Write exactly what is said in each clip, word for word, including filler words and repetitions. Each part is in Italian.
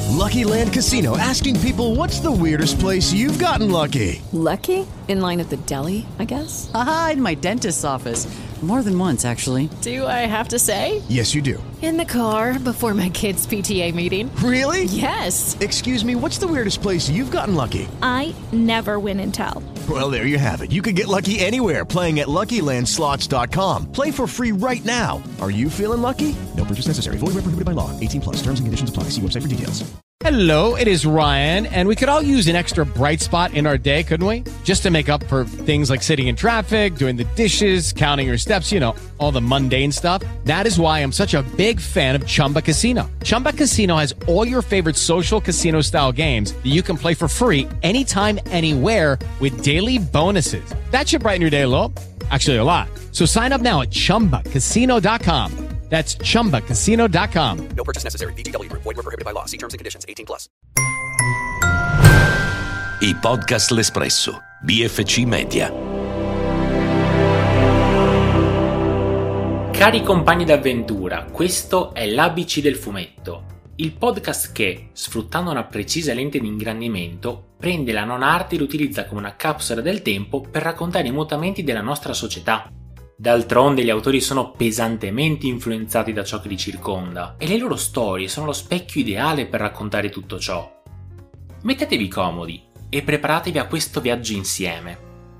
Lucky Land Casino, asking people, what's the weirdest place you've gotten lucky? Lucky? In line at the deli, I guess? Aha, in my dentist's office. More than once, actually. Do I have to say? Yes, you do. In the car before my kids' P T A meeting. Really? Yes. Excuse me, what's the weirdest place you've gotten lucky? I never win and tell. Well, there you have it. You can get lucky anywhere, playing at Lucky Land Slots dot com. Play for free right now. Are you feeling lucky? No purchase necessary. Void where prohibited by law. eighteen plus. Terms and conditions apply. See website for details. Hello, it is Ryan, and we could all use an extra bright spot in our day, couldn't we? Just to make up for things like sitting in traffic, doing the dishes, counting your steps, you know, all the mundane stuff. That is why I'm such a big fan of Chumba Casino. Chumba Casino has all your favorite social casino-style games that you can play for free anytime, anywhere with daily bonuses. That should brighten your day a little. Actually, a lot. So sign up now at chumba casino dot com. That's chumba casino dot com. No purchase necessary. V G W Group. Void where prohibited by law. See terms and conditions. eighteen plus. I podcast L'Espresso. B F C Media. Cari compagni d'avventura, questo è l'A B C del fumetto, il podcast che, sfruttando una precisa lente di ingrandimento, prende la non arte e l'utilizza come una capsula del tempo per raccontare i mutamenti della nostra società. D'altronde gli autori sono pesantemente influenzati da ciò che li circonda e le loro storie sono lo specchio ideale per raccontare tutto ciò. Mettetevi comodi e preparatevi a questo viaggio insieme.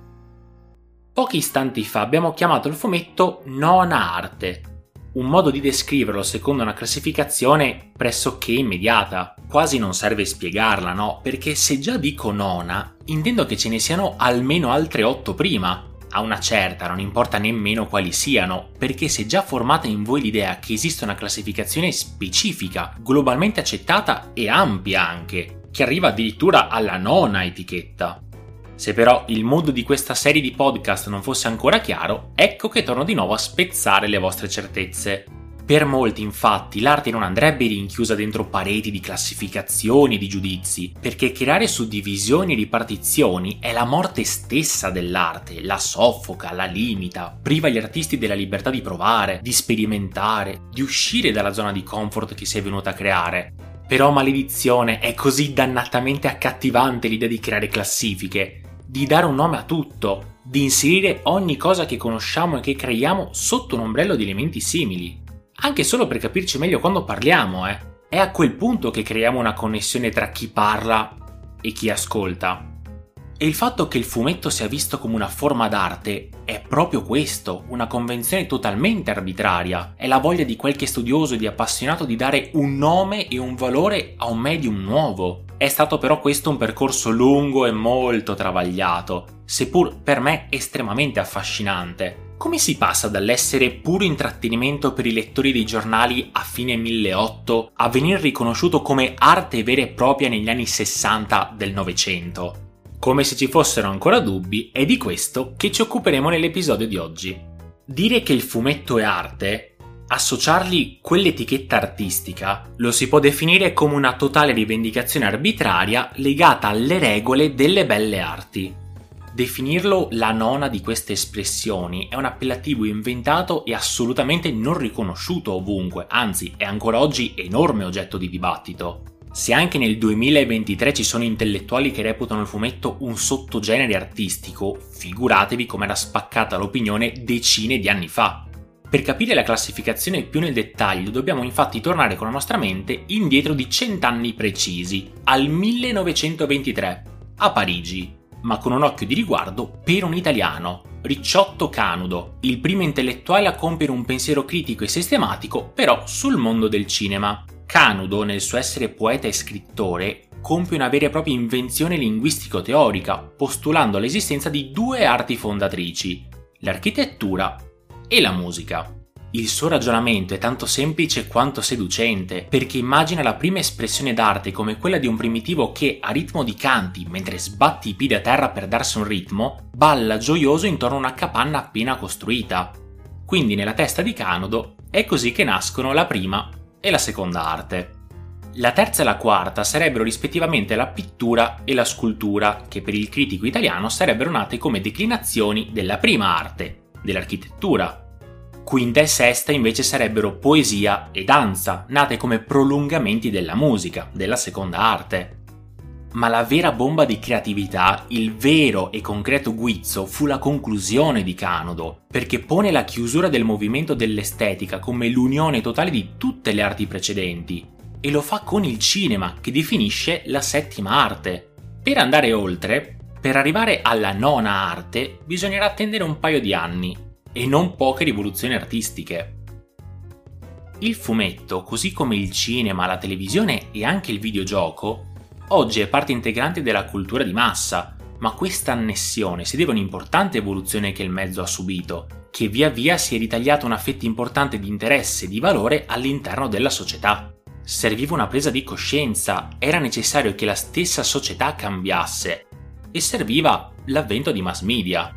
Pochi istanti fa abbiamo chiamato il fumetto nona arte, un modo di descriverlo secondo una classificazione pressoché immediata. Quasi non serve spiegarla, no? Perché se già dico nona, intendo che ce ne siano almeno altre otto prima. A una certa non importa nemmeno quali siano, perché si è già formata in voi l'idea che esiste una classificazione specifica, globalmente accettata e ampia anche, che arriva addirittura alla nona etichetta. Se però il mood di questa serie di podcast non fosse ancora chiaro, ecco che torno di nuovo a spezzare le vostre certezze. Per molti, infatti, l'arte non andrebbe rinchiusa dentro pareti di classificazioni e di giudizi, perché creare suddivisioni e ripartizioni è la morte stessa dell'arte, la soffoca, la limita, priva gli artisti della libertà di provare, di sperimentare, di uscire dalla zona di comfort che si è venuta a creare. Però, maledizione, è così dannatamente accattivante l'idea di creare classifiche, di dare un nome a tutto, di inserire ogni cosa che conosciamo e che creiamo sotto un ombrello di elementi simili. Anche solo per capirci meglio quando parliamo, eh. È a quel punto che creiamo una connessione tra chi parla e chi ascolta. E il fatto che il fumetto sia visto come una forma d'arte è proprio questo, una convenzione totalmente arbitraria. È la voglia di qualche studioso e di appassionato di dare un nome e un valore a un medium nuovo. È stato però questo un percorso lungo e molto travagliato, seppur per me estremamente affascinante. Come si passa dall'essere puro intrattenimento per i lettori dei giornali a fine milleottocento a venir riconosciuto come arte vera e propria negli anni sessanta del Novecento? Come se ci fossero ancora dubbi, è di questo che ci occuperemo nell'episodio di oggi. Dire che il fumetto è arte, associargli quell'etichetta artistica, lo si può definire come una totale rivendicazione arbitraria legata alle regole delle belle arti. Definirlo la nona di queste espressioni è un appellativo inventato e assolutamente non riconosciuto ovunque, anzi è ancora oggi enorme oggetto di dibattito. Se anche nel duemilaventitré ci sono intellettuali che reputano il fumetto un sottogenere artistico, figuratevi com'era spaccata l'opinione decine di anni fa. Per capire la classificazione più nel dettaglio dobbiamo infatti tornare con la nostra mente indietro di cent'anni precisi, al millenovecentoventitré, a Parigi, ma con un occhio di riguardo per un italiano, Ricciotto Canudo, il primo intellettuale a compiere un pensiero critico e sistematico però sul mondo del cinema. Canudo, nel suo essere poeta e scrittore, compie una vera e propria invenzione linguistico-teorica, postulando l'esistenza di due arti fondatrici, l'architettura e la musica. Il suo ragionamento è tanto semplice quanto seducente, perché immagina la prima espressione d'arte come quella di un primitivo che, a ritmo di canti, mentre sbatte i piedi a terra per darsi un ritmo, balla gioioso intorno a una capanna appena costruita. Quindi nella testa di Canudo è così che nascono la prima e la seconda arte. La terza e la quarta sarebbero rispettivamente la pittura e la scultura, che per il critico italiano sarebbero nate come declinazioni della prima arte, dell'architettura. Quinta e sesta invece sarebbero poesia e danza, nate come prolungamenti della musica, della seconda arte. Ma la vera bomba di creatività, il vero e concreto guizzo, fu la conclusione di Canudo, perché pone la chiusura del movimento dell'estetica come l'unione totale di tutte le arti precedenti, e lo fa con il cinema, che definisce la settima arte. Per andare oltre, per arrivare alla nona arte, bisognerà attendere un paio di anni, e non poche rivoluzioni artistiche. Il fumetto, così come il cinema, la televisione e anche il videogioco, oggi è parte integrante della cultura di massa, ma questa annessione si deve a un'importante evoluzione che il mezzo ha subito, che via via si è ritagliata una fetta importante di interesse e di valore all'interno della società. Serviva una presa di coscienza, era necessario che la stessa società cambiasse, e serviva l'avvento di mass media.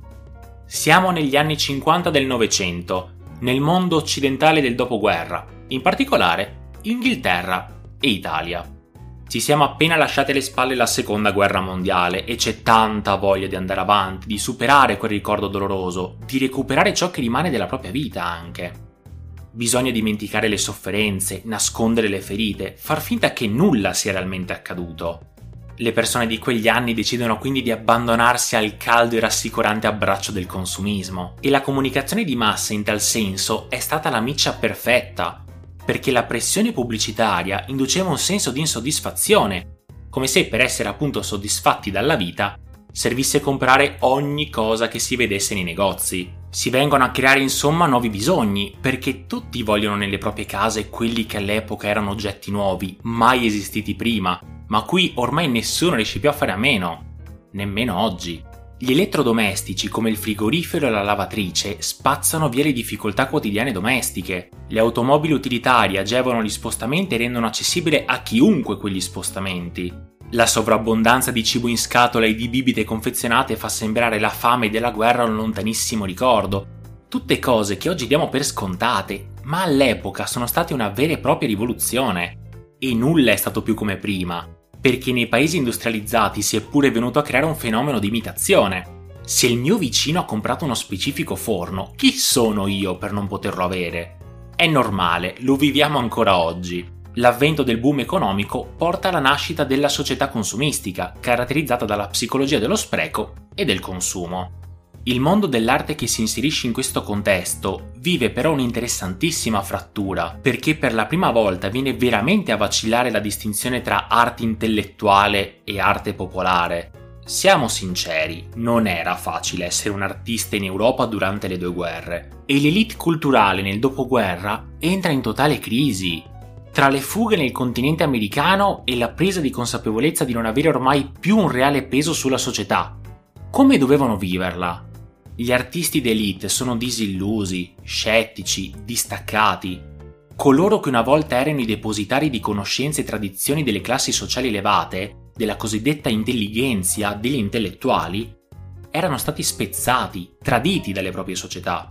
Siamo negli anni cinquanta del Novecento, nel mondo occidentale del dopoguerra, in particolare Inghilterra e Italia. Ci siamo appena lasciate alle spalle la seconda guerra mondiale e c'è tanta voglia di andare avanti, di superare quel ricordo doloroso, di recuperare ciò che rimane della propria vita anche. Bisogna dimenticare le sofferenze, nascondere le ferite, far finta che nulla sia realmente accaduto. Le persone di quegli anni decidono quindi di abbandonarsi al caldo e rassicurante abbraccio del consumismo, e la comunicazione di massa in tal senso è stata la miccia perfetta, perché la pressione pubblicitaria induceva un senso di insoddisfazione, come se per essere appunto soddisfatti dalla vita servisse comprare ogni cosa che si vedesse nei negozi. Si vengono a creare insomma nuovi bisogni, perché tutti vogliono nelle proprie case quelli che all'epoca erano oggetti nuovi, mai esistiti prima, ma qui ormai nessuno riesce più a fare a meno, nemmeno oggi. Gli elettrodomestici come il frigorifero e la lavatrice spazzano via le difficoltà quotidiane domestiche. Le automobili utilitarie agevolano gli spostamenti e rendono accessibile a chiunque quegli spostamenti. La sovrabbondanza di cibo in scatola e di bibite confezionate fa sembrare la fame della guerra un lontanissimo ricordo. Tutte cose che oggi diamo per scontate, ma all'epoca sono state una vera e propria rivoluzione. E nulla è stato più come prima, perché nei paesi industrializzati si è pure venuto a creare un fenomeno di imitazione. Se il mio vicino ha comprato uno specifico forno, chi sono io per non poterlo avere? È normale, lo viviamo ancora oggi. L'avvento del boom economico porta alla nascita della società consumistica, caratterizzata dalla psicologia dello spreco e del consumo. Il mondo dell'arte che si inserisce in questo contesto vive però un'interessantissima frattura, perché per la prima volta viene veramente a vacillare la distinzione tra arte intellettuale e arte popolare. Siamo sinceri, non era facile essere un artista in Europa durante le due guerre, e l'elite culturale nel dopoguerra entra in totale crisi. Tra le fughe nel continente americano e la presa di consapevolezza di non avere ormai più un reale peso sulla società, come dovevano viverla? Gli artisti d'élite sono disillusi, scettici, distaccati. Coloro che una volta erano i depositari di conoscenze e tradizioni delle classi sociali elevate, della cosiddetta intellighenzia, degli intellettuali, erano stati spezzati, traditi dalle proprie società.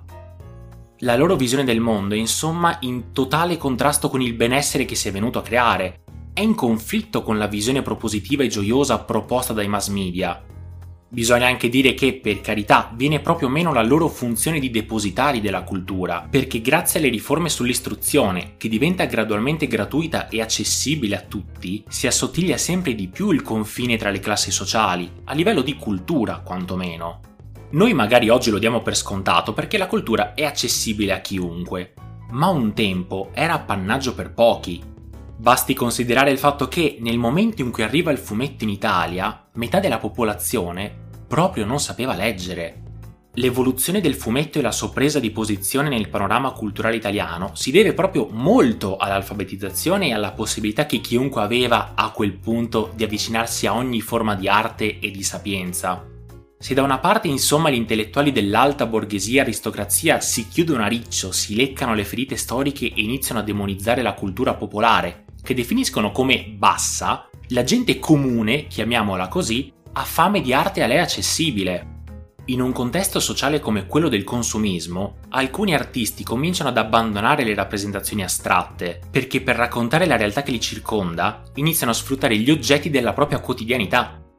La loro visione del mondo è insomma in totale contrasto con il benessere che si è venuto a creare, è in conflitto con la visione propositiva e gioiosa proposta dai mass media. Bisogna anche dire che, per carità, viene proprio meno la loro funzione di depositari della cultura, perché grazie alle riforme sull'istruzione, che diventa gradualmente gratuita e accessibile a tutti, si assottiglia sempre di più il confine tra le classi sociali, a livello di cultura quantomeno. Noi magari oggi lo diamo per scontato perché la cultura è accessibile a chiunque, ma un tempo era appannaggio per pochi. Basti considerare il fatto che, nel momento in cui arriva il fumetto in Italia, metà della popolazione proprio non sapeva leggere. L'evoluzione del fumetto e la sua presa di posizione nel panorama culturale italiano si deve proprio molto all'alfabetizzazione e alla possibilità che chiunque aveva a quel punto di avvicinarsi a ogni forma di arte e di sapienza. Se da una parte insomma gli intellettuali dell'alta borghesia e aristocrazia si chiudono a riccio, si leccano le ferite storiche e iniziano a demonizzare la cultura popolare, che definiscono come bassa, la gente comune, chiamiamola così, ha fame di arte a lei accessibile. In un contesto sociale come quello del consumismo, alcuni artisti cominciano ad abbandonare le rappresentazioni astratte, perché per raccontare la realtà che li circonda, iniziano a sfruttare gli oggetti della propria quotidianità.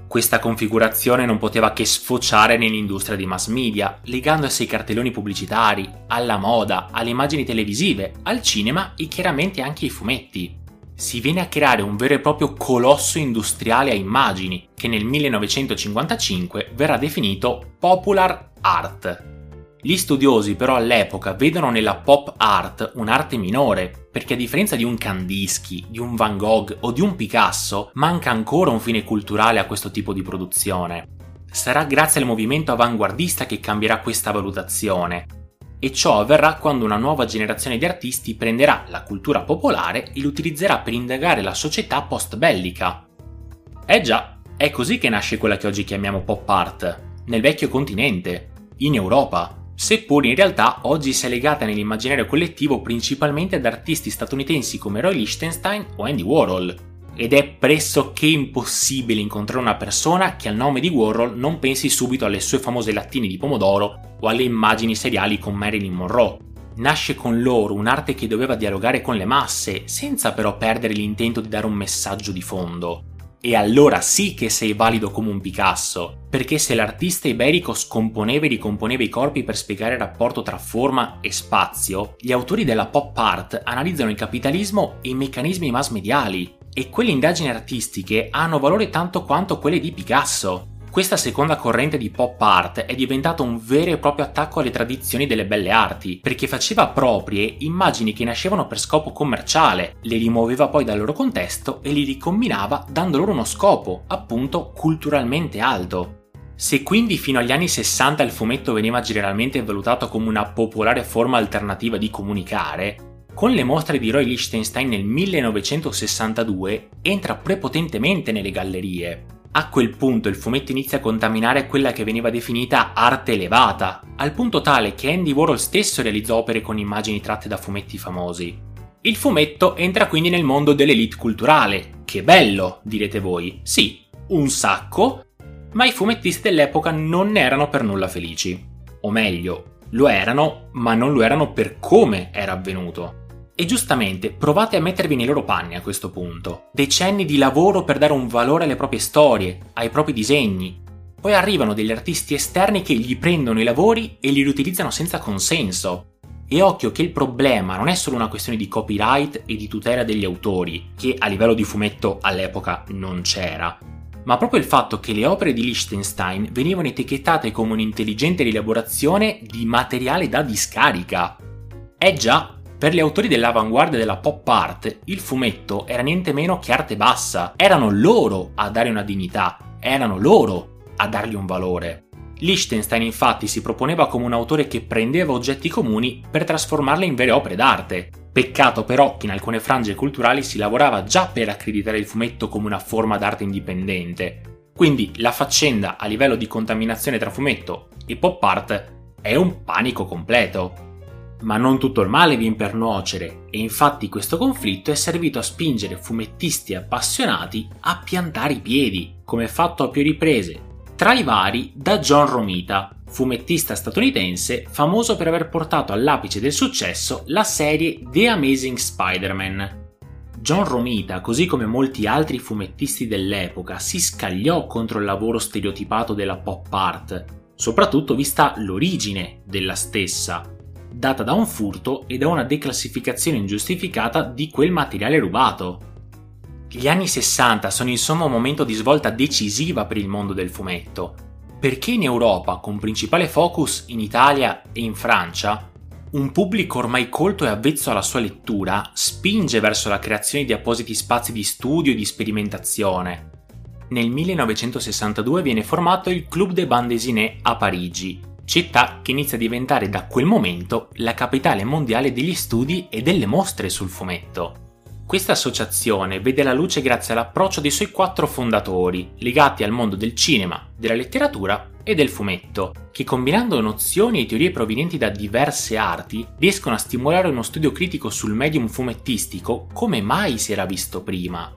Questa configurazione non poteva che sfociare nell'industria dei mass media, legandosi ai cartelloni pubblicitari, alla moda, alle immagini televisive, al cinema e chiaramente anche ai fumetti. Si viene a creare un vero e proprio colosso industriale a immagini, che nel millenovecentocinquantacinque verrà definito popular art. Gli studiosi però all'epoca vedono nella pop art un'arte minore, perché a differenza di un Kandinsky, di un Van Gogh o di un Picasso, manca ancora un fine culturale a questo tipo di produzione. Sarà grazie al movimento avanguardista che cambierà questa valutazione, e ciò avverrà quando una nuova generazione di artisti prenderà la cultura popolare e l'utilizzerà per indagare la società post-bellica. Eh già, è così che nasce quella che oggi chiamiamo pop art, nel vecchio continente, in Europa, seppur in realtà oggi sia legata nell'immaginario collettivo principalmente ad artisti statunitensi come Roy Lichtenstein o Andy Warhol, ed è pressoché impossibile incontrare una persona che al nome di Warhol non pensi subito alle sue famose lattine di pomodoro o alle immagini seriali con Marilyn Monroe. Nasce con loro un'arte che doveva dialogare con le masse, senza però perdere l'intento di dare un messaggio di fondo. E allora sì che sei valido come un Picasso, perché se l'artista iberico scomponeva e ricomponeva i corpi per spiegare il rapporto tra forma e spazio, gli autori della pop art analizzano il capitalismo e i meccanismi mass mediali, e quelle indagini artistiche hanno valore tanto quanto quelle di Picasso. Questa seconda corrente di pop art è diventata un vero e proprio attacco alle tradizioni delle belle arti, perché faceva proprie immagini che nascevano per scopo commerciale, le rimuoveva poi dal loro contesto e li ricombinava dando loro uno scopo, appunto, culturalmente alto. Se quindi fino agli anni sessanta il fumetto veniva generalmente valutato come una popolare forma alternativa di comunicare, con le mostre di Roy Lichtenstein nel millenovecentosessantadue entra prepotentemente nelle gallerie. A quel punto il fumetto inizia a contaminare quella che veniva definita arte elevata, al punto tale che Andy Warhol stesso realizzò opere con immagini tratte da fumetti famosi. Il fumetto entra quindi nel mondo dell'elite culturale. Che bello, direte voi. Sì, un sacco, ma i fumettisti dell'epoca non ne erano per nulla felici. O meglio, lo erano, ma non lo erano per come era avvenuto. E giustamente, provate a mettervi nei loro panni a questo punto. Decenni di lavoro per dare un valore alle proprie storie, ai propri disegni. Poi arrivano degli artisti esterni che gli prendono i lavori e li riutilizzano senza consenso. E occhio che il problema non è solo una questione di copyright e di tutela degli autori, che a livello di fumetto all'epoca non c'era, ma proprio il fatto che le opere di Lichtenstein venivano etichettate come un'intelligente rielaborazione di materiale da discarica. Eh già, per gli autori dell'avanguardia della pop art, il fumetto era niente meno che arte bassa. Erano loro a dare una dignità, erano loro a dargli un valore. Lichtenstein infatti si proponeva come un autore che prendeva oggetti comuni per trasformarli in vere opere d'arte. Peccato però che in alcune frange culturali si lavorava già per accreditare il fumetto come una forma d'arte indipendente. Quindi la faccenda a livello di contaminazione tra fumetto e pop art è un panico completo. Ma non tutto il male viene per nuocere, e infatti questo conflitto è servito a spingere fumettisti appassionati a piantare i piedi, come fatto a più riprese, tra i vari da John Romita, fumettista statunitense famoso per aver portato all'apice del successo la serie The Amazing Spider-Man. John Romita, così come molti altri fumettisti dell'epoca, si scagliò contro il lavoro stereotipato della pop art, soprattutto vista l'origine della stessa, data da un furto e da una declassificazione ingiustificata di quel materiale rubato. Gli anni sessanta sono insomma un momento di svolta decisiva per il mondo del fumetto, perché in Europa, con principale focus in Italia e in Francia, un pubblico ormai colto e avvezzo alla sua lettura spinge verso la creazione di appositi spazi di studio e di sperimentazione. Nel millenovecentosessantadue viene formato il Club des Bandes Dessinées a Parigi, città che inizia a diventare da quel momento la capitale mondiale degli studi e delle mostre sul fumetto. Questa associazione vede la luce grazie all'approccio dei suoi quattro fondatori, legati al mondo del cinema, della letteratura e del fumetto, che combinando nozioni e teorie provenienti da diverse arti riescono a stimolare uno studio critico sul medium fumettistico come mai si era visto prima.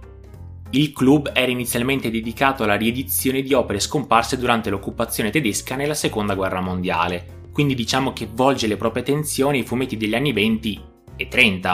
Il club era inizialmente dedicato alla riedizione di opere scomparse durante l'occupazione tedesca nella seconda guerra mondiale, quindi diciamo che volge le proprie attenzioni ai fumetti degli anni venti e trenta.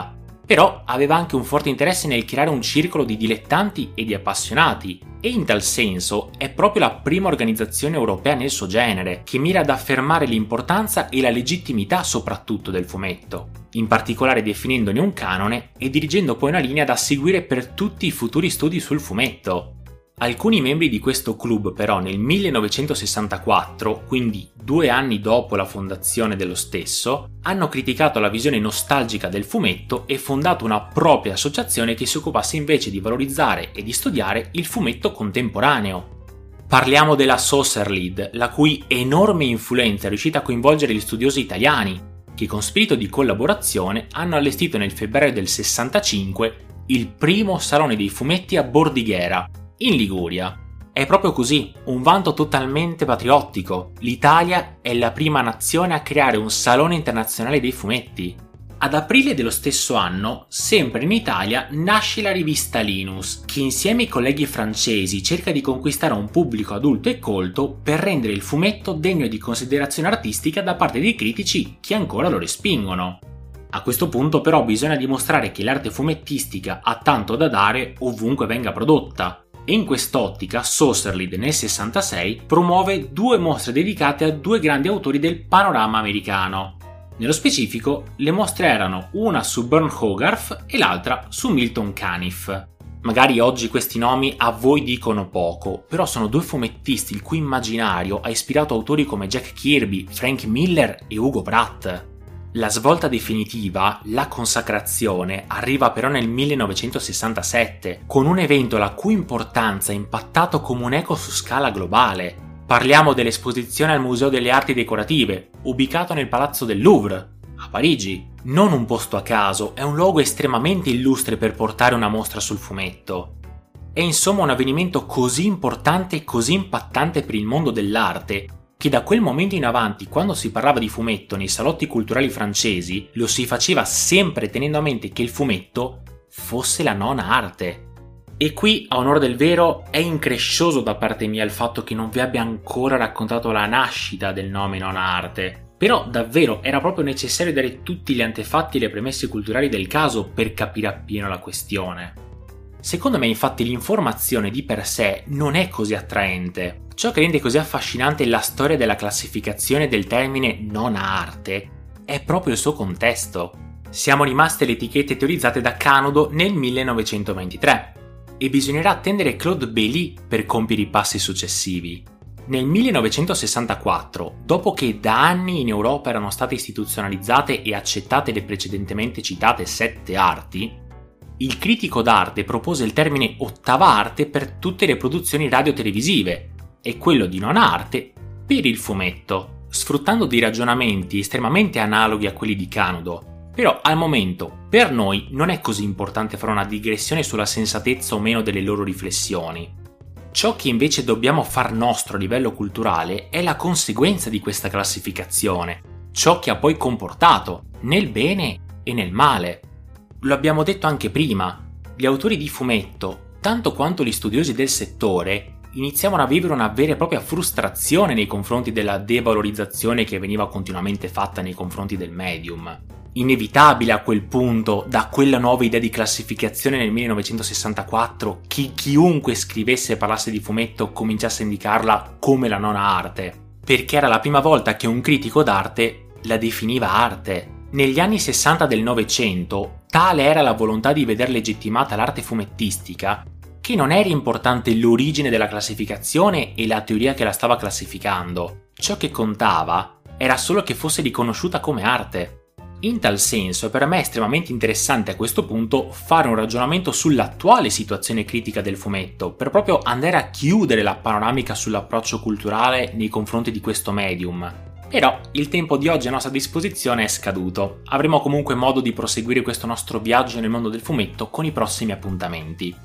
Però aveva anche un forte interesse nel creare un circolo di dilettanti e di appassionati, e in tal senso è proprio la prima organizzazione europea nel suo genere, che mira ad affermare l'importanza e la legittimità soprattutto del fumetto, in particolare definendone un canone e dirigendo poi una linea da seguire per tutti i futuri studi sul fumetto. Alcuni membri di questo club però nel millenovecentosessantaquattro, quindi due anni dopo la fondazione dello stesso, hanno criticato la visione nostalgica del fumetto e fondato una propria associazione che si occupasse invece di valorizzare e di studiare il fumetto contemporaneo. Parliamo della Saucer-Lede, la cui enorme influenza è riuscita a coinvolgere gli studiosi italiani, che con spirito di collaborazione hanno allestito nel febbraio del sessantacinque il primo Salone dei Fumetti a Bordighera, in Liguria. È proprio così, un vanto totalmente patriottico. L'Italia è la prima nazione a creare un salone internazionale dei fumetti. Ad aprile dello stesso anno, sempre in Italia, nasce la rivista Linus, che insieme ai colleghi francesi cerca di conquistare un pubblico adulto e colto per rendere il fumetto degno di considerazione artistica da parte dei critici che ancora lo respingono. A questo punto però bisogna dimostrare che l'arte fumettistica ha tanto da dare ovunque venga prodotta. E in quest'ottica Saucer-Lede nel sessantasei promuove due mostre dedicate a due grandi autori del panorama americano. Nello specifico, le mostre erano una su Burne Hogarth e l'altra su Milton Caniff. Magari oggi questi nomi a voi dicono poco, però sono due fumettisti il cui immaginario ha ispirato autori come Jack Kirby, Frank Miller e Hugo Pratt. La svolta definitiva, la consacrazione, arriva però nel millenovecentosessantasette, con un evento la cui importanza ha impattato come un eco su scala globale. Parliamo dell'esposizione al Museo delle Arti Decorative, ubicato nel Palazzo del Louvre, a Parigi. Non un posto a caso, è un luogo estremamente illustre per portare una mostra sul fumetto. È insomma un avvenimento così importante e così impattante per il mondo dell'arte, che da quel momento in avanti, quando si parlava di fumetto nei salotti culturali francesi, lo si faceva sempre tenendo a mente che il fumetto fosse la nona arte. E qui, a onore del vero, è increscioso da parte mia il fatto che non vi abbia ancora raccontato la nascita del nome nona arte. Però davvero era proprio necessario dare tutti gli antefatti e le premesse culturali del caso per capire appieno la questione. Secondo me infatti l'informazione di per sé non è così attraente. Ciò che rende così affascinante la storia della classificazione del termine nona arte è proprio il suo contesto. Siamo rimasti alle etichette teorizzate da Canudo nel millenovecentoventitré e bisognerà attendere Claude Bailly per compiere i passi successivi. Nel millenovecentosessantaquattro, dopo che da anni in Europa erano state istituzionalizzate e accettate le precedentemente citate sette arti, il critico d'arte propose il termine ottava arte per tutte le produzioni radio-televisive e quello di nona arte per il fumetto, sfruttando dei ragionamenti estremamente analoghi a quelli di Canudo. Però al momento, per noi, non è così importante fare una digressione sulla sensatezza o meno delle loro riflessioni. Ciò che invece dobbiamo far nostro a livello culturale è la conseguenza di questa classificazione, ciò che ha poi comportato, nel bene e nel male. Lo abbiamo detto anche prima, gli autori di fumetto, tanto quanto gli studiosi del settore, iniziavano a vivere una vera e propria frustrazione nei confronti della devalorizzazione che veniva continuamente fatta nei confronti del medium. Inevitabile a quel punto, da quella nuova idea di classificazione nel millenovecentosessantaquattro, che chiunque scrivesse e parlasse di fumetto cominciasse a indicarla come la nona arte, perché era la prima volta che un critico d'arte la definiva arte. Negli anni sessanta del Novecento, tale era la volontà di veder legittimata l'arte fumettistica, che non era importante l'origine della classificazione e la teoria che la stava classificando. Ciò che contava era solo che fosse riconosciuta come arte. In tal senso è per me estremamente interessante a questo punto fare un ragionamento sull'attuale situazione critica del fumetto, per proprio andare a chiudere la panoramica sull'approccio culturale nei confronti di questo medium. Però il tempo di oggi a nostra disposizione è scaduto. Avremo comunque modo di proseguire questo nostro viaggio nel mondo del fumetto con i prossimi appuntamenti.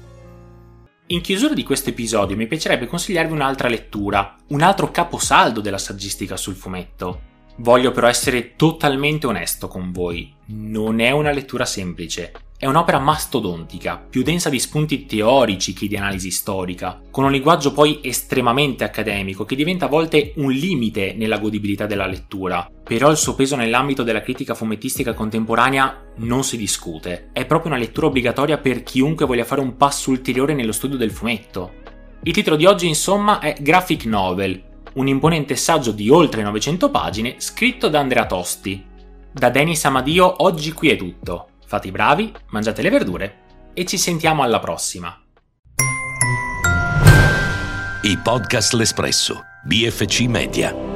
In chiusura di questo episodio mi piacerebbe consigliarvi un'altra lettura, un altro caposaldo della saggistica sul fumetto. Voglio però essere totalmente onesto con voi, non è una lettura semplice. È un'opera mastodontica, più densa di spunti teorici che di analisi storica, con un linguaggio poi estremamente accademico che diventa a volte un limite nella godibilità della lettura. Però il suo peso nell'ambito della critica fumettistica contemporanea non si discute. È proprio una lettura obbligatoria per chiunque voglia fare un passo ulteriore nello studio del fumetto. Il titolo di oggi, insomma, è Graphic Novel, un imponente saggio di oltre novecento pagine scritto da Andrea Tosti. Da Denis Amadio oggi qui è tutto. Fate i bravi, mangiate le verdure e ci sentiamo alla prossima. I podcast L'Espresso, B F C Media.